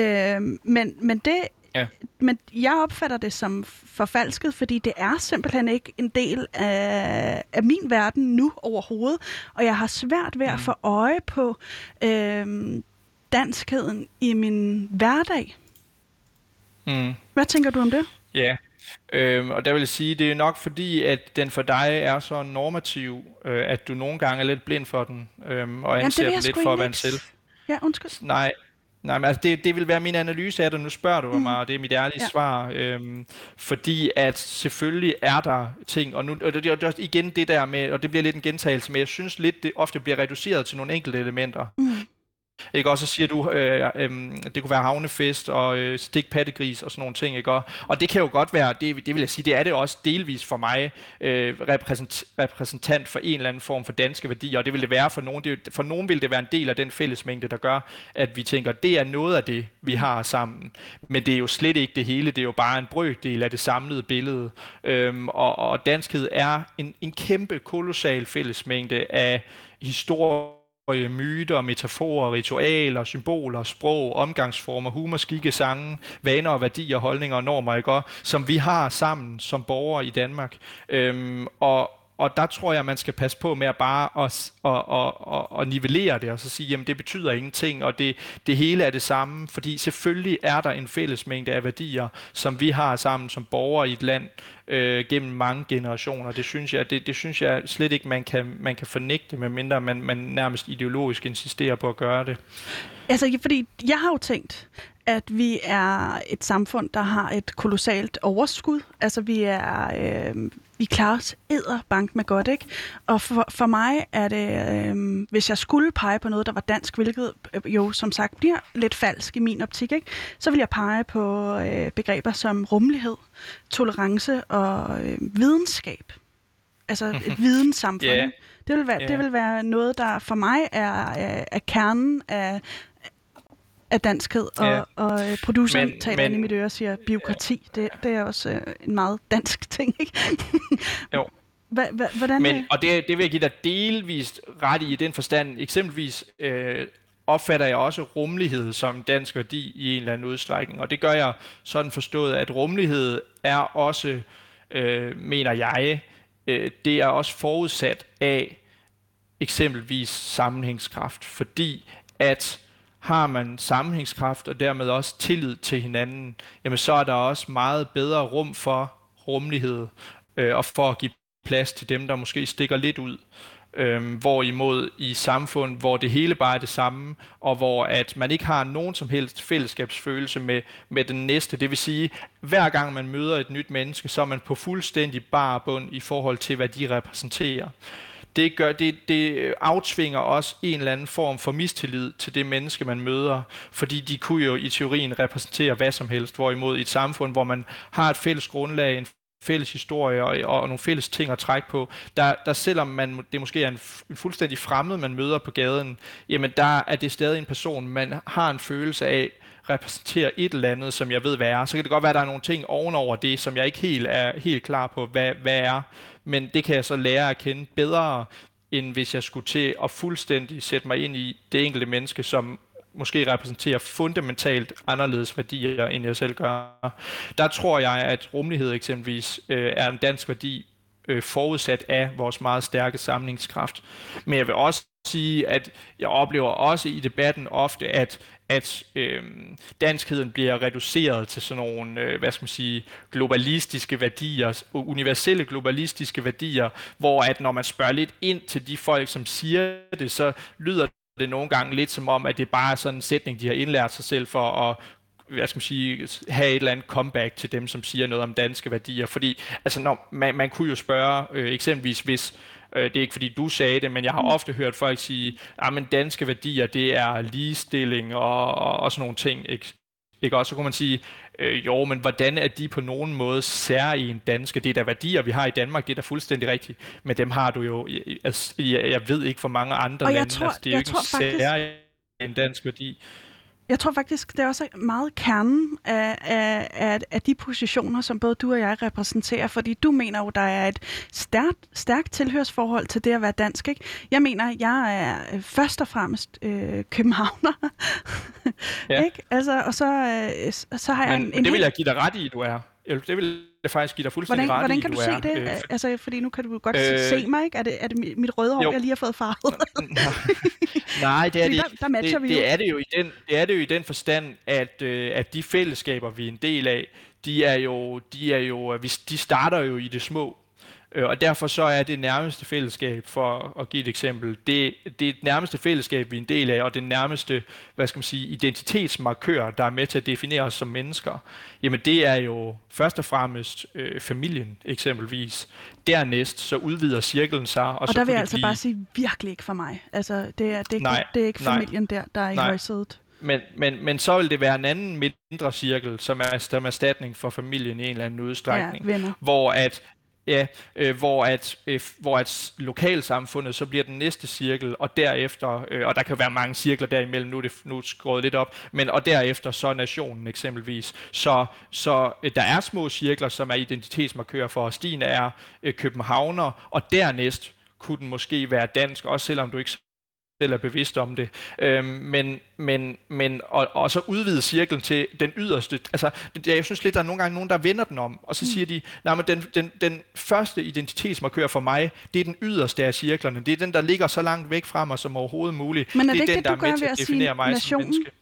Men jeg opfatter det som forfalsket, fordi det er simpelthen ikke en del af min verden nu overhovedet, og jeg har svært ved at få øje på danskheden i min hverdag. Hvad tænker du om det? Ja, og der vil jeg sige, det er nok fordi, at den for dig er så normativ, at du nogle gange er lidt blind for den, og anser den lidt for at være en selv. Ja, undskyld. Nej, men altså det vil være min analyse af det. Nu spørger du mig, og det er mit ærlige svar. Fordi at selvfølgelig er der ting, og det er igen det der med, og det bliver lidt en gentagelse, men jeg synes lidt, det ofte bliver reduceret til nogle enkelte elementer. Ikke? Og så siger du, det kunne være havnefest og stik pattegris og sådan nogle ting. Ikke? Og det kan jo godt være, det vil jeg sige, det er det også delvis for mig, repræsentant for en eller anden form for danske værdier, og det vil det være for nogen. For nogen vil det være en del af den fællesmængde, der gør, at vi tænker, det er noget af det, vi har sammen. Men det er jo slet ikke det hele, det er jo bare en brøkdel af det samlede billede. Og danskhed er en kæmpe, kolossal fællesmængde af historie, myter, metaforer, ritualer, symboler, sprog, omgangsformer, humor, skikke, sange, vaner og værdier, holdninger og normer, ikke? Som vi har sammen som borgere i Danmark. Og der tror jeg, man skal passe på med at bare at nivellere det, og så sige, jamen det betyder ingenting, og det hele er det samme, fordi selvfølgelig er der en fællesmængde af værdier, som vi har sammen som borgere i et land gennem mange generationer. Det synes jeg slet ikke, man kan fornægte, medmindre man nærmest ideologisk insisterer på at gøre det. Altså, fordi jeg har jo tænkt, at vi er et samfund, der har et kolossalt overskud. Altså, vi klarer os edderbank med godt, ikke? Og for mig er det, hvis jeg skulle pege på noget, der var dansk, hvilket jo som sagt bliver lidt falsk i min optik, ikke? Så vil jeg pege på begreber som rummelighed, tolerance og videnskab. Altså et videnssamfund. Yeah. Det vil være noget, der for mig er kernen af danskhed, og produceren taler ind i mit øre og siger biokrati. Det er også en meget dansk ting, ikke? Jo. Hvordan og det vil jeg give dig delvist ret i den forstand. Eksempelvis opfatter jeg også rummelighed som dansk værdi i en eller anden udstrækning, og det gør jeg sådan forstået, at rummelighed er også, mener jeg, det er også forudsat af eksempelvis sammenhængskraft, fordi at har man sammenhængskraft og dermed også tillid til hinanden, jamen så er der også meget bedre rum for rummelighed og for at give plads til dem, der måske stikker lidt ud. Hvorimod i samfund, hvor det hele bare er det samme, og hvor at man ikke har nogen som helst fællesskabsfølelse med den næste, det vil sige, hver gang man møder et nyt menneske, så er man på fuldstændig bar bund i forhold til, hvad de repræsenterer. Det aftvinger også en eller anden form for mistillid til det menneske, man møder, fordi de kunne jo i teorien repræsentere hvad som helst, hvorimod i et samfund, hvor man har et fælles grundlag, en fælles historie og nogle fælles ting at trække på, der selvom det måske er en fuldstændig fremmed, man møder på gaden, jamen der er det stadig en person, man har en følelse af, repræsenterer et eller andet, som jeg ved, hvad er. Så kan det godt være, at der er nogle ting ovenover det, som jeg ikke er helt klar på, hvad er. Men det kan jeg så lære at kende bedre, end hvis jeg skulle til at fuldstændig sætte mig ind i det enkelte menneske, som måske repræsenterer fundamentalt anderledes værdier, end jeg selv gør. Der tror jeg, at rummelighed eksempelvis er en dansk værdi, forudsat af vores meget stærke sammenhængskraft. Men jeg vil også sige, at jeg oplever også i debatten ofte, at danskheden bliver reduceret til sådan nogle, globalistiske værdier, universelle globalistiske værdier, hvor at når man spørger lidt ind til de folk, som siger det, så lyder det nogle gange lidt som om, at det bare er sådan en sætning, de har indlært sig selv for at have et eller andet comeback til dem, som siger noget om danske værdier. Fordi altså, man kunne jo spørge eksempelvis, hvis det er ikke fordi du sagde det, men jeg har ofte hørt folk sige, at danske værdier, det er ligestilling og sådan nogle ting. Ikke? Og så kunne man sige, jo, men hvordan er de på nogen måde særlige danske? Det er der værdier, vi har i Danmark, det er da fuldstændig rigtigt, men dem har du jo, jeg ved ikke for mange andre lande, det er jo ikke særlig en dansk værdi. Jeg tror faktisk, det er også meget kernen af de positioner, som både du og jeg repræsenterer, fordi du mener jo, der er et stærkt tilhørsforhold til det at være dansk, ikke? Jeg mener, jeg er først og fremmest københavner, ja. Ikke? Altså, og så har jeg en det vil jeg give dig ret i, du er. Det vil jeg faktisk give dig fuldstændig ret i, hvordan kan du se det? Altså, fordi nu kan du godt se mig, ikke? Er det mit røde hår, jeg lige har fået farvet? Nej, det er det ikke. Der matcher vi det er det jo i den forstand, at de fællesskaber, vi er en del af, de starter jo i det små. Og derfor så er det nærmeste fællesskab, for at give et eksempel, det nærmeste fællesskab, vi er en del af, og det nærmeste, hvad skal man sige, identitetsmarkør, der er med til at definere os som mennesker, jamen det er jo først og fremmest familien eksempelvis. Dernæst så udvider cirklen sig. Og så der vil jeg altså bare sige, virkelig ikke for mig. Altså det er ikke familien der er i højsædet. Men så vil det være en anden mindre cirkel, som er erstatning for familien i en eller anden udstrækning, hvor at lokalsamfundet så bliver den næste cirkel, og derefter, og der kan være mange cirkler derimellem, nu er det skåret lidt op, og derefter så nationen eksempelvis. Så der er små cirkler, som er identitetsmarkører for os. Din er københavner, og dernæst kunne den måske være dansk, også selvom du ikke selv er bevidst om det, og så udvide cirklen til den yderste. Altså, jeg synes lidt, der er nogle gange nogen, der vender den om, og så siger de, nej, men den første identitetsmarkør for mig, det er den yderste af cirklerne. Det er den, der ligger så langt væk fra mig som overhovedet muligt. Men er det det er ikke den, det, der er med til at definere mig som menneske.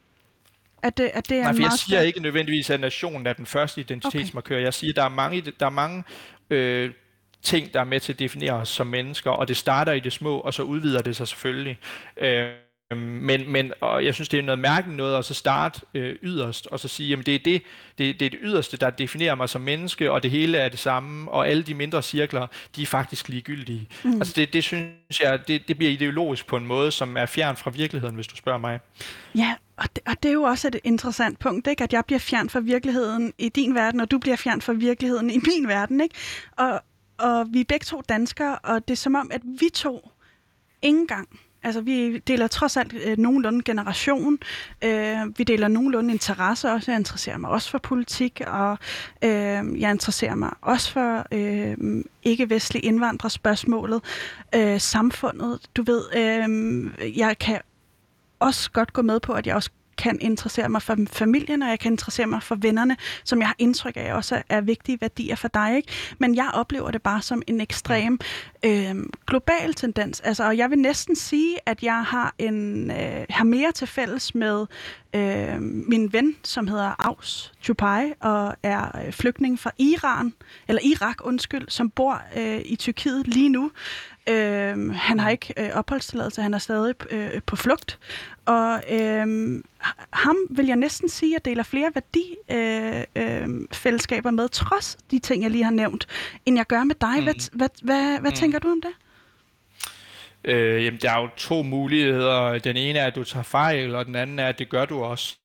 Jeg siger ikke nødvendigvis, at nationen er den første identitetsmarkør. Jeg siger, at der er mange ting, der er med til at definere os som mennesker, og det starter i det små, og så udvider det sig selvfølgelig. Og jeg synes, det er noget mærkeligt noget at så starte yderst, og så sige, jamen det er det yderste, der definerer mig som menneske, og det hele er det samme, og alle de mindre cirkler, de er faktisk ligegyldige. Altså det synes jeg, det bliver ideologisk på en måde, som er fjern fra virkeligheden, hvis du spørger mig. Ja, og det er jo også et interessant punkt, ikke? At jeg bliver fjern fra virkeligheden i din verden, og du bliver fjern fra virkeligheden i min verden, ikke? Og vi er begge to danskere, og det er som om, at vi to ingen gang, altså vi deler trods alt nogenlunde generation, vi deler nogenlunde interesse også, jeg interesserer mig også for politik, og jeg interesserer mig også for ikke-vestlige indvandrerspørgsmålet, samfundet, du ved, jeg kan også godt gå med på, at jeg også kan interessere mig for familien, og jeg kan interessere mig for vennerne, som jeg har indtryk af også er vigtige værdier for dig, ikke? Men jeg oplever det bare som en ekstrem global tendens. Altså, og jeg vil næsten sige, at jeg har mere til fælles med min ven, som hedder Aus Chupai, og er flygtning fra Irak, som bor i Tyrkiet lige nu. Han har ikke opholdstilladelse, han er stadig på flugt. Og ham vil jeg næsten sige, at jeg deler flere værdifællesskaber med, trods de ting, jeg lige har nævnt, end jeg gør med dig. Hvad tænker du om det? Jamen, der er jo to muligheder. Den ene er, at du tager fejl, og den anden er, at det gør du også.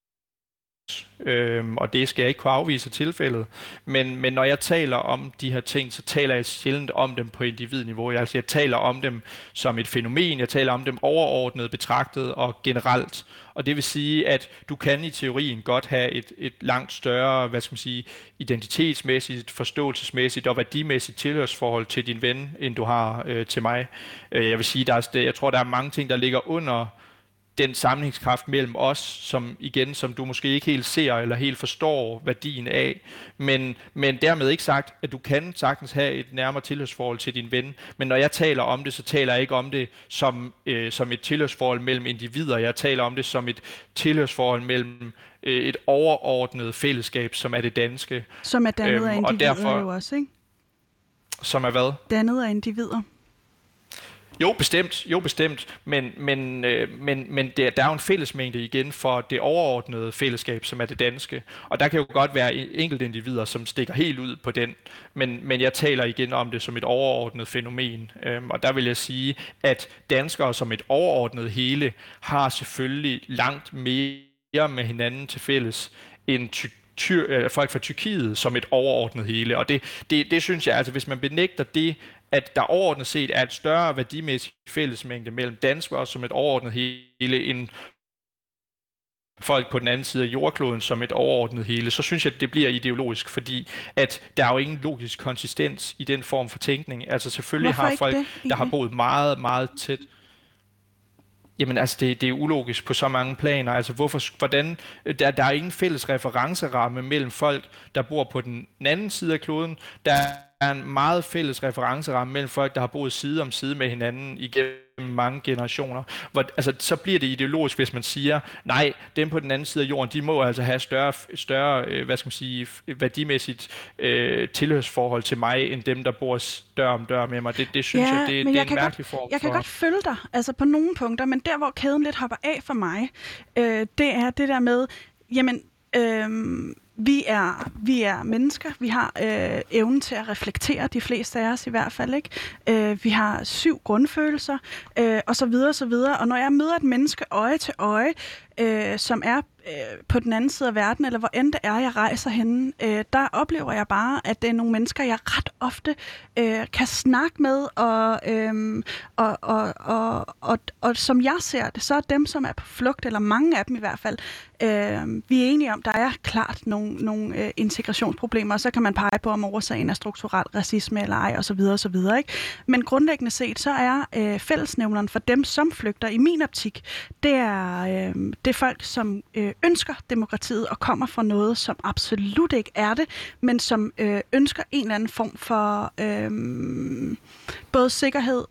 Og det skal jeg ikke kunne afvise tilfældet. Men når jeg taler om de her ting, så taler jeg sjældent om dem på individniveau. Jeg taler om dem som et fænomen, jeg taler om dem overordnet betragtet og generelt. Og det vil sige, at du kan i teorien godt have et langt større, hvad skal man sige, identitetsmæssigt, forståelsesmæssigt og værdimæssigt tilhørsforhold til din ven, end du har til mig. Jeg vil sige, jeg tror, der er mange ting, der ligger under den sammenhængskraft mellem os, som du måske ikke helt ser eller helt forstår værdien af, men dermed ikke sagt, at du kan sagtens have et nærmere tilhørsforhold til din ven. Men når jeg taler om det, så taler jeg ikke om det som et tilhørsforhold mellem individer. Jeg taler om det som et tilhørsforhold mellem et overordnet fællesskab, som er det danske. Som er dannet af individer jo også, ikke? Som er hvad? Dannet af individer. Jo, bestemt, men der er jo en fællesmængde igen for det overordnede fællesskab, som er det danske. Og der kan jo godt være enkelte individer, som stikker helt ud på den, men jeg taler igen om det som et overordnet fænomen. Og der vil jeg sige, at danskere som et overordnet hele har selvfølgelig langt mere med hinanden til fælles end folk fra Tyrkiet som et overordnet hele. Og det synes jeg, altså hvis man benægter det, at der overordnet set er et større værdimæssigt fællesmængde mellem danskere som et overordnet hele, end folk på den anden side af jordkloden som et overordnet hele, så synes jeg, at det bliver ideologisk, fordi at der er jo ingen logisk konsistens i den form for tænkning. Altså selvfølgelig har folk, der har boet meget, meget tæt. Jamen altså, det er ulogisk på så mange planer. Altså der er ingen fælles referenceramme mellem folk, der bor på den anden side af kloden. Der er en meget fælles referenceramme mellem folk, der har boet side om side med hinanden igennem mange generationer. Altså, så bliver det ideologisk, hvis man siger, nej, dem på den anden side af jorden, de må altså have større hvad skal man sige, værdimæssigt tilhørsforhold til mig, end dem, der bor dør om dør med mig. Det synes jeg, det er en mærkelig form for... Jeg kan godt følge dig, altså på nogle punkter, men der, hvor kæden lidt hopper af for mig, det er det der med, jamen, vi er mennesker, vi har evnen til at reflektere, de fleste af os i hvert fald, ikke? Vi har 7 grundfølelser, og så videre, så videre. Og når jeg møder et menneske øje til øje, som er på den anden side af verden, eller hvor end det er, jeg rejser henne, der oplever jeg bare, at det er nogle mennesker, jeg ret ofte kan snakke med, og som jeg ser det, så er dem, som er på flugt, eller mange af dem i hvert fald, vi er enige om, der er klart nogle integrationsproblemer, og så kan man pege på, om årsagen er strukturel racisme eller ej, osv. osv. Ikke? Men grundlæggende set, så er fællesnævneren for dem, som flygter, i min optik, det er folk, som ønsker demokratiet og kommer fra noget, som absolut ikke er det, men som ønsker en eller anden form for både sikkerhed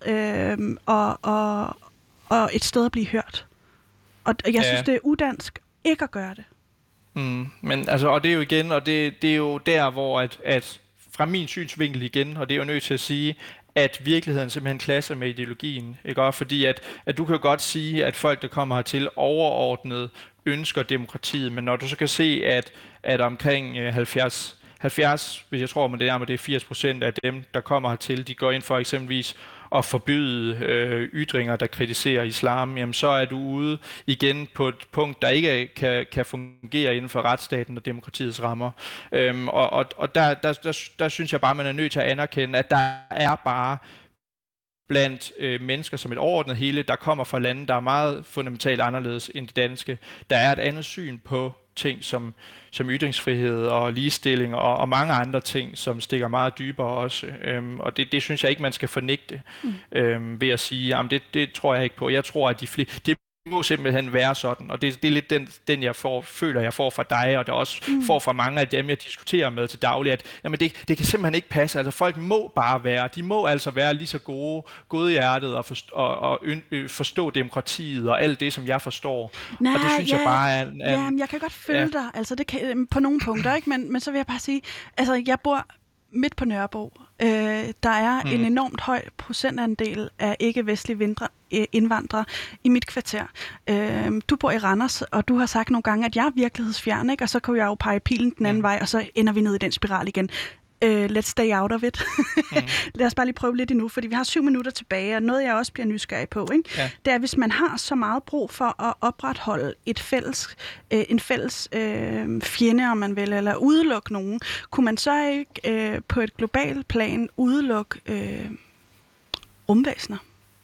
og et sted at blive hørt. Og jeg synes, det er udansk ikke at gøre det. Men altså, og det er jo igen, og det er jo der, hvor at fra min synsvinkel igen, og det er jo nødt til at sige, at virkeligheden simpelthen klasser med ideologien, ikke? Og fordi at du kan godt sige, at folk, der kommer hertil, overordnet ønsker demokratiet, men når du så kan se, at omkring 70, hvis jeg tror, men det er 80% af dem, der kommer hertil, de går ind for eksempelvis at forbyde ytringer, der kritiserer islam, jamen så er du ude igen på et punkt, der ikke kan fungere inden for retsstaten og demokratiets rammer. Og der synes jeg bare, man er nødt til at anerkende, at der er bare blandt mennesker som et overordnet hele, der kommer fra lande, der er meget fundamentalt anderledes end det danske. Der er et andet syn på ting som ytringsfrihed og ligestilling og mange andre ting, som stikker meget dybere også. Og det synes jeg ikke, man skal fornægte ved at sige, jamen det tror jeg ikke på. Jeg tror, at det må simpelthen være sådan, og det er lidt den jeg føler, jeg får fra dig, og det også får fra mange af dem, jeg diskuterer med til daglig, at jamen det kan simpelthen ikke passe. Altså folk må bare være, de må altså være lige så godhjertet og forstå demokratiet og alt det, som jeg forstår. Og det synes jeg bare er... Jamen, jeg kan godt følge dig, altså det kan, på nogle punkter, ikke? Men så vil jeg bare sige, altså jeg bor midt på Nørrebro. Der er en enormt høj procentandel af ikke-vestlige indvandrere i mit kvarter. Du bor i Randers, og du har sagt nogle gange, at jeg er virkelighedsfjern, ikke? Og så kan jeg jo pege pilen den anden vej, og så ender vi ned i den spiral igen. Let's stay out of it. Lad os bare lige prøve lidt endnu, fordi vi har 7 minutter tilbage, og noget jeg også bliver nysgerrig på, ikke? Ja. Det er, hvis man har så meget brug for at opretholde en fælles fjende, om man vil, eller udelukke nogen, kunne man så ikke på et globalt plan udelukke rumvæsener?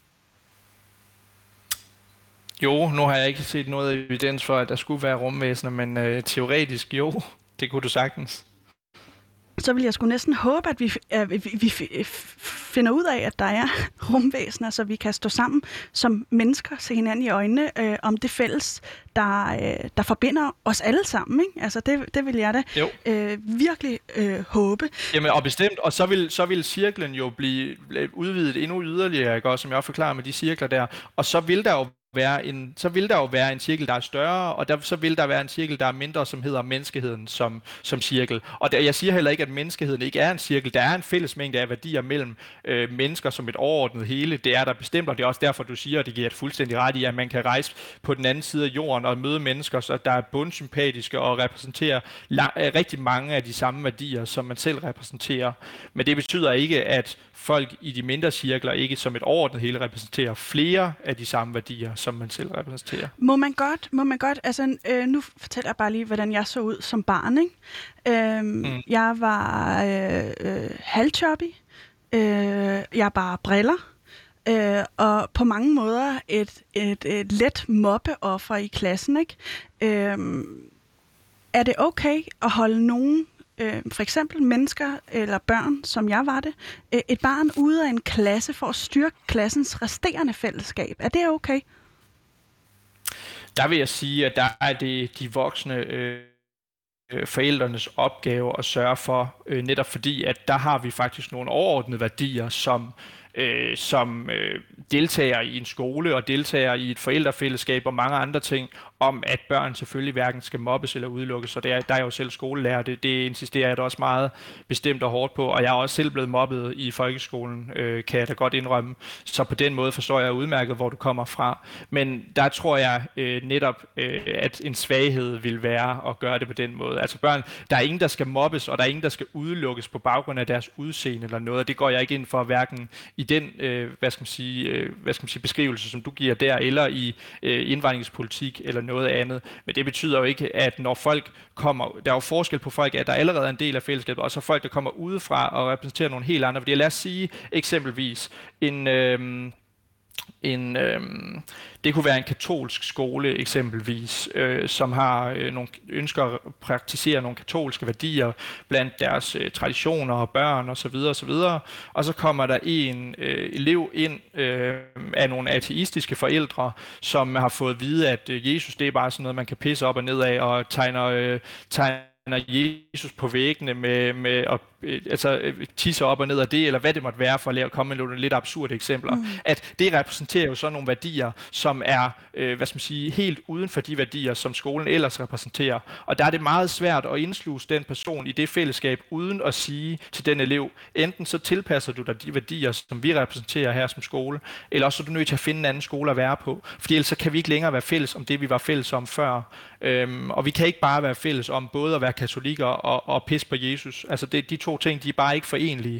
Jo, nu har jeg ikke set noget evidens for, at der skulle være rumvæsener, men teoretisk jo, det kunne du sagtens. Så vil jeg sgu næsten håbe, at vi finder ud af, at der er rumvæsener, så vi kan stå sammen som mennesker, se hinanden i øjnene om det fælles, der forbinder os alle sammen. Ikke? Altså det vil jeg da virkelig håbe. Jamen og bestemt, og så vil cirklen jo blive udvidet endnu yderligere, ikke? Også, som jeg også forklarer med de cirkler der, og så vil der jo være en cirkel, der er større, og så vil der være en cirkel, der er mindre, som hedder menneskeheden som cirkel. Og jeg siger heller ikke, at menneskeheden ikke er en cirkel. Der er en fællesmængde af værdier mellem mennesker som et overordnet hele. Det er der bestemt, og det er også derfor, du siger, og det giver et fuldstændig ret i, at man kan rejse på den anden side af jorden og møde mennesker, så der er bundsympatiske og repræsenterer rigtig mange af de samme værdier, som man selv repræsenterer. Men det betyder ikke, at folk i de mindre cirkler ikke som et overordnet hele repræsenterer flere af de samme værdier, som man selv repræsenterer. Må man godt, altså nu fortæller jeg bare lige, hvordan jeg så ud som barn, ikke? Jeg var halvchoppy, jeg bar briller, og på mange måder et let mobbeoffer i klassen, ikke? Er det okay at holde nogen, for eksempel mennesker eller børn, som jeg var det, et barn ude af en klasse for at styrke klassens resterende fællesskab? Er det okay? Der vil jeg sige, at der er det de voksne forældrenes opgave at sørge for, netop fordi, at der har vi faktisk nogle overordnede værdier, som som deltager i en skole og deltager i et forældrefællesskab og mange andre ting, om at børn selvfølgelig hverken skal mobbes eller udelukkes. Og der er jeg jo selv skolelærer, det insisterer jeg da også meget bestemt og hårdt på, og jeg er også selv blevet mobbet i folkeskolen, kan jeg da godt indrømme. Så på den måde forstår jeg udmærket, hvor du kommer fra. Men der tror jeg netop, at en svaghed vil være at gøre det på den måde. Altså børn, der er ingen, der skal mobbes, og der er ingen, der skal udelukkes på baggrund af deres udseende eller noget. Det går jeg ikke ind for, hverken i den beskrivelse, som du giver der, eller i indvandringspolitik eller noget andet. Men det betyder jo ikke, at når folk kommer, der er jo forskel på folk, at der allerede er en del af fællesskabet, og så folk, der kommer udefra og repræsenterer nogle helt andre. Fordi lad os sige eksempelvis det kunne være en katolsk skole eksempelvis, som har nogle ønsker at praktisere nogle katolske værdier blandt deres traditioner og børn osv. Og så kommer der en elev ind af nogle ateistiske forældre, som har fået at vide, at Jesus det er bare sådan noget, man kan pisse op og ned af, og tegner Jesus på væggene med at tisse op og ned af det, eller hvad det måtte være, for at komme med nogle lidt absurde eksempler. At det repræsenterer jo så nogle værdier, som er, helt uden for de værdier, som skolen ellers repræsenterer. Og der er det meget svært at indsluse den person i det fællesskab, uden at sige til den elev, enten så tilpasser du dig de værdier, som vi repræsenterer her som skole, eller også så er du nødt til at finde en anden skole at være på. Fordi ellers så kan vi ikke længere være fælles om det, vi var fælles om før. Og vi kan ikke bare være fælles om både at være katolikker og pisse på Jesus. Altså de to ting, de er bare ikke forenlige.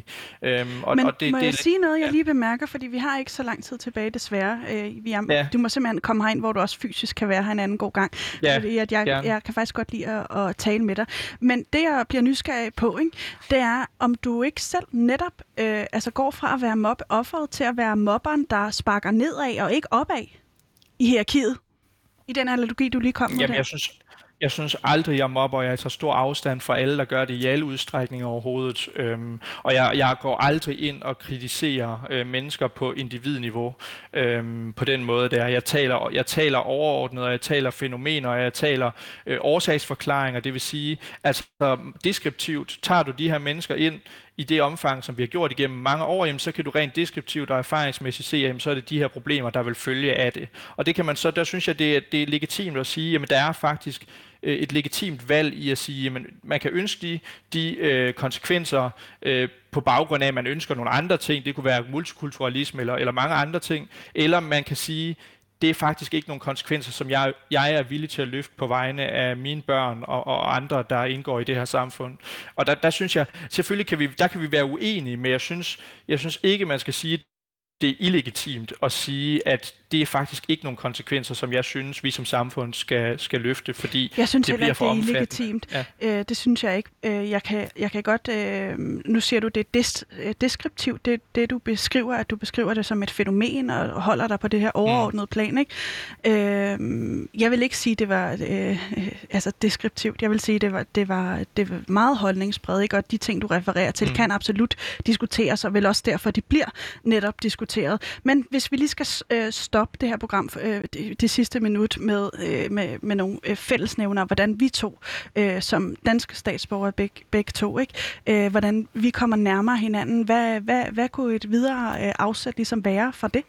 Må jeg sige noget, jeg lige bemærker, fordi vi har ikke så lang tid tilbage, desværre. Du må simpelthen komme herind, hvor du også fysisk kan være her en anden god gang. Ja, fordi at jeg kan faktisk godt lide at tale med dig. Men det, jeg bliver nysgerrig på, ikke, det er, om du ikke selv netop går fra at være mobbeofferet til at være mobberen, der sparker nedad og ikke opad i hierarkiet. I den analogi, du lige kom med. Jamen, jeg synes aldrig, jeg mobber. Jeg tager stor afstand fra alle, der gør det i alle udstrækninger overhovedet. Og jeg går aldrig ind og kritiserer mennesker på individniveau på den måde der. Jeg taler overordnet, og jeg taler fænomener, og jeg taler årsagsforklaringer. Det vil sige, altså deskriptivt tager du de her mennesker ind i det omfang, som vi har gjort igennem mange år, jamen, så kan du rent deskriptivt og erfaringsmæssigt se, jamen, så er det de her problemer, der vil følge af det. Og det kan man så, der synes jeg, det er legitimt at sige, jamen der er faktisk et legitimt valg i at sige, jamen man kan ønske de konsekvenser på baggrund af, at man ønsker nogle andre ting. Det kunne være multikulturalisme eller mange andre ting. Eller man kan sige, det er faktisk ikke nogle konsekvenser, som jeg er villig til at løfte på vegne af mine børn og andre, der indgår i det her samfund. Og der synes jeg, selvfølgelig kan vi være uenige, men jeg synes ikke, man skal sige, det er illegitimt at sige, at det er faktisk ikke nogle konsekvenser, som jeg synes, vi som samfund skal løfte, fordi jeg synes det bliver for omfattende. Jeg synes det er illegitimt. Det synes jeg ikke. Jeg kan godt... nu siger du, det er deskriptivt, det du beskriver, at du beskriver det som et fænomen og holder dig på det her overordnede plan, ikke? Jeg vil ikke sige, det var deskriptivt. Jeg vil sige, det var meget holdningspræget, ikke? Og de ting, du refererer til, kan absolut diskuteres, og vel også derfor, de bliver netop diskuteret. Men hvis vi lige skal stoppe det her program det sidste minut med nogle fællesnævner, hvordan vi to som danske statsborgere begge to, ikke? Hvordan vi kommer nærmere hinanden. Hvad kunne et videre afsæt ligesom være for det?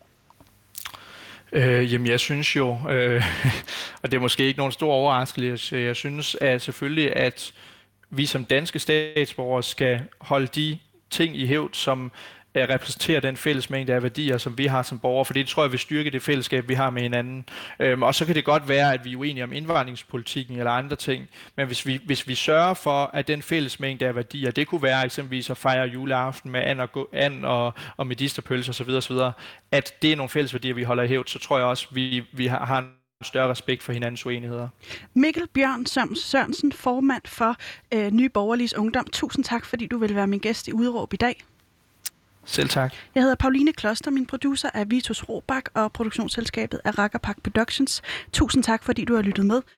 Jamen jeg synes jo, og det er måske ikke nogen stor overraskelse, jeg synes at selvfølgelig, at vi som danske statsborgere skal holde de ting i hævd, som repræsenterer den fælles mængde af værdier, som vi har som borgere, for det tror jeg vil styrke det fællesskab, vi har med hinanden. Og så kan det godt være, at vi er uenige om indvandringspolitikken eller andre ting, men hvis vi sørger for, at den fælles mængde af værdier, det kunne være eksempelvis at fejre juleaften med and og medisterpølse osv., at det er nogle fælles værdier, vi holder i hævd, så tror jeg også, vi har en større respekt for hinandens uenigheder. Mikkel Bjørn Sørensen, formand for Nye Borgerliges Ungdom. Tusind tak, fordi du vil være min gæst i Udråb i dag. Selv tak. Jeg hedder Pauline Kloster, min producer er Vitus Robak, og produktionsselskabet er Rakkerpak Productions. Tusind tak, fordi du har lyttet med.